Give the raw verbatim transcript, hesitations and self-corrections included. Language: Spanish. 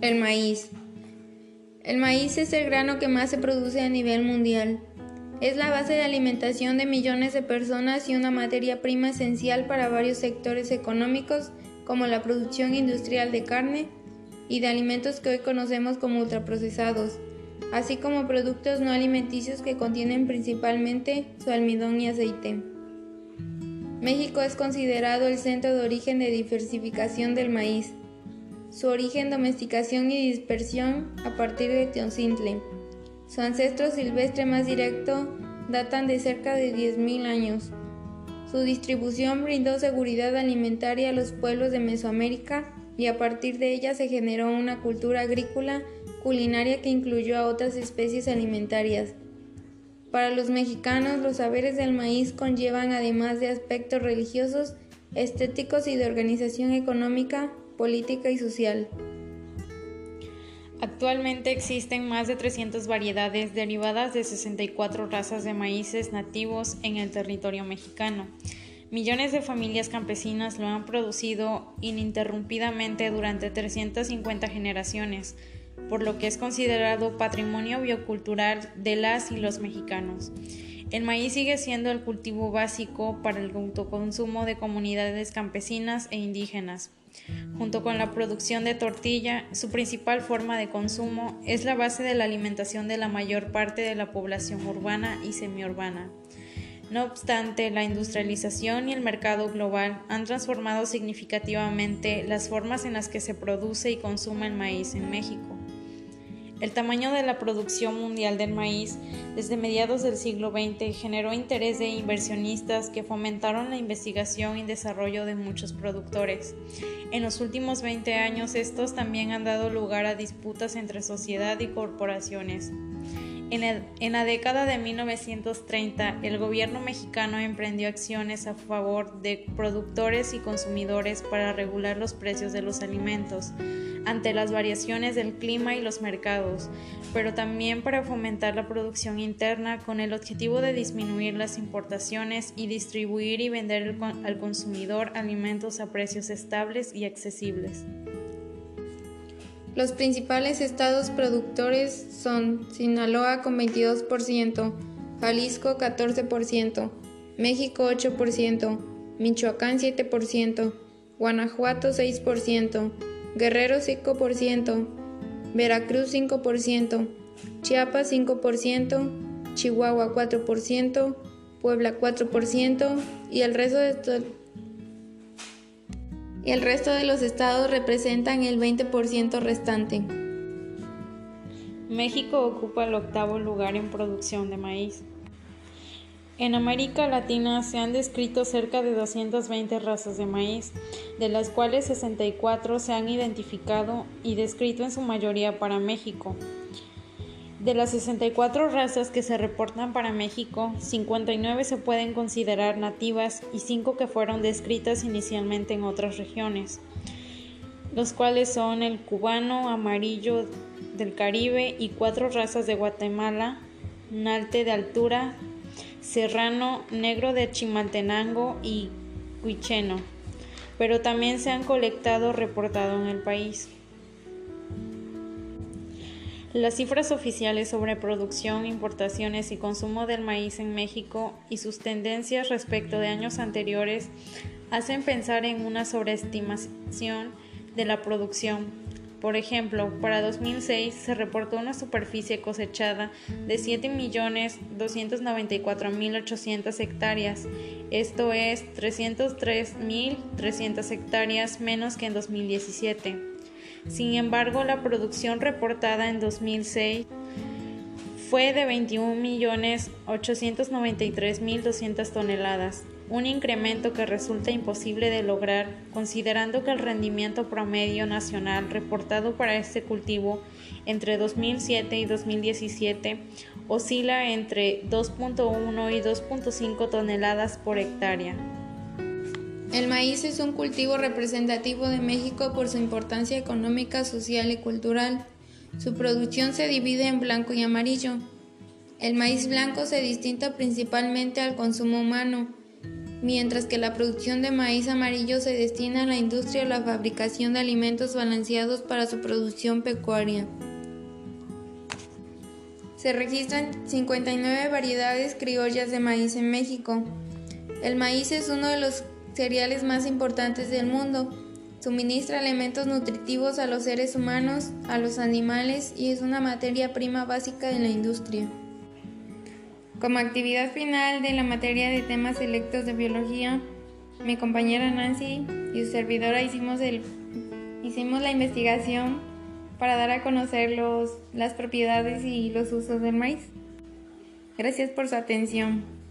El maíz. El maíz es el grano que más se produce a nivel mundial. Es la base de alimentación de millones de personas y una materia prima esencial para varios sectores económicos, como la producción industrial de carne y de alimentos que hoy conocemos como ultraprocesados, así como productos no alimenticios que contienen principalmente su almidón y aceite. México es considerado el centro de origen de diversificación del maíz. Su origen, domesticación y dispersión a partir de Teocintle. Su ancestro silvestre más directo datan de cerca de diez mil años. Su distribución brindó seguridad alimentaria a los pueblos de Mesoamérica y a partir de ella se generó una cultura agrícola culinaria que incluyó a otras especies alimentarias. Para los mexicanos, los saberes del maíz conllevan, además de aspectos religiosos, estéticos y de organización económica, política y social. Actualmente existen más de trescientas variedades derivadas de sesenta y cuatro razas de maíces nativos en el territorio mexicano. Millones de familias campesinas lo han producido ininterrumpidamente durante trescientas cincuenta generaciones, por lo que es considerado patrimonio biocultural de las y los mexicanos. El maíz sigue siendo el cultivo básico para el autoconsumo de comunidades campesinas e indígenas. Junto con la producción de tortilla, su principal forma de consumo es la base de la alimentación de la mayor parte de la población urbana y semiurbana. No obstante, la industrialización y el mercado global han transformado significativamente las formas en las que se produce y consume el maíz en México. El tamaño de la producción mundial del maíz desde mediados del siglo veinte generó interés de inversionistas que fomentaron la investigación y desarrollo de muchos productores. En los últimos veinte años, estos también han dado lugar a disputas entre sociedad y corporaciones. En la, en la década de mil novecientos treinta, el gobierno mexicano emprendió acciones a favor de productores y consumidores para regular los precios de los alimentos ante las variaciones del clima y los mercados, pero también para fomentar la producción interna con el objetivo de disminuir las importaciones y distribuir y vender el, al consumidor alimentos a precios estables y accesibles. Los principales estados productores son Sinaloa con veintidós por ciento, Jalisco catorce por ciento, México ocho por ciento, Michoacán siete por ciento, Guanajuato seis por ciento, Guerrero cinco por ciento, Veracruz cinco por ciento, Chiapas cinco por ciento, Chihuahua cuatro por ciento, Puebla cuatro por ciento y el resto de to- y el resto de los estados representan el veinte por ciento restante. México ocupa el octavo lugar en producción de maíz. En América Latina se han descrito cerca de doscientas veinte razas de maíz, de las cuales sesenta y cuatro se han identificado y descrito en su mayoría para México. De las sesenta y cuatro razas que se reportan para México, cincuenta y nueve se pueden considerar nativas y cinco que fueron descritas inicialmente en otras regiones, los cuales son el cubano, amarillo del Caribe y cuatro razas de Guatemala, nalte de altura, serrano, negro de Chimaltenango y huicheno, pero también se han colectado o reportado en el país. Las cifras oficiales sobre producción, importaciones y consumo del maíz en México y sus tendencias respecto de años anteriores hacen pensar en una sobreestimación de la producción. Por ejemplo, para dos mil seis se reportó una superficie cosechada de siete millones doscientos noventa y cuatro mil ochocientas hectáreas, esto es trescientas tres mil trescientas hectáreas menos que en dos mil diecisiete. Sin embargo, la producción reportada en dos mil seis fue de veintiún millones ochocientos noventa y tres mil doscientas toneladas, un incremento que resulta imposible de lograr considerando que el rendimiento promedio nacional reportado para este cultivo entre dos mil siete y dos mil diecisiete oscila entre dos punto uno y dos punto cinco toneladas por hectárea. El maíz es un cultivo representativo de México por su importancia económica, social y cultural. Su producción se divide en blanco y amarillo. El maíz blanco se distingue principalmente al consumo humano. mientras que la producción de maíz amarillo se destina a la industria o la fabricación de alimentos balanceados para su producción pecuaria. Se registran cincuenta y nueve variedades criollas de maíz en México. El maíz es uno de los cereales más importantes del mundo. Suministra elementos nutritivos a los seres humanos, a los animales y es una materia prima básica de la industria. Como actividad final de la materia de temas selectos de biología, mi compañera Nancy y su servidora hicimos, el, hicimos la investigación para dar a conocer los, las propiedades y los usos del maíz. Gracias por su atención.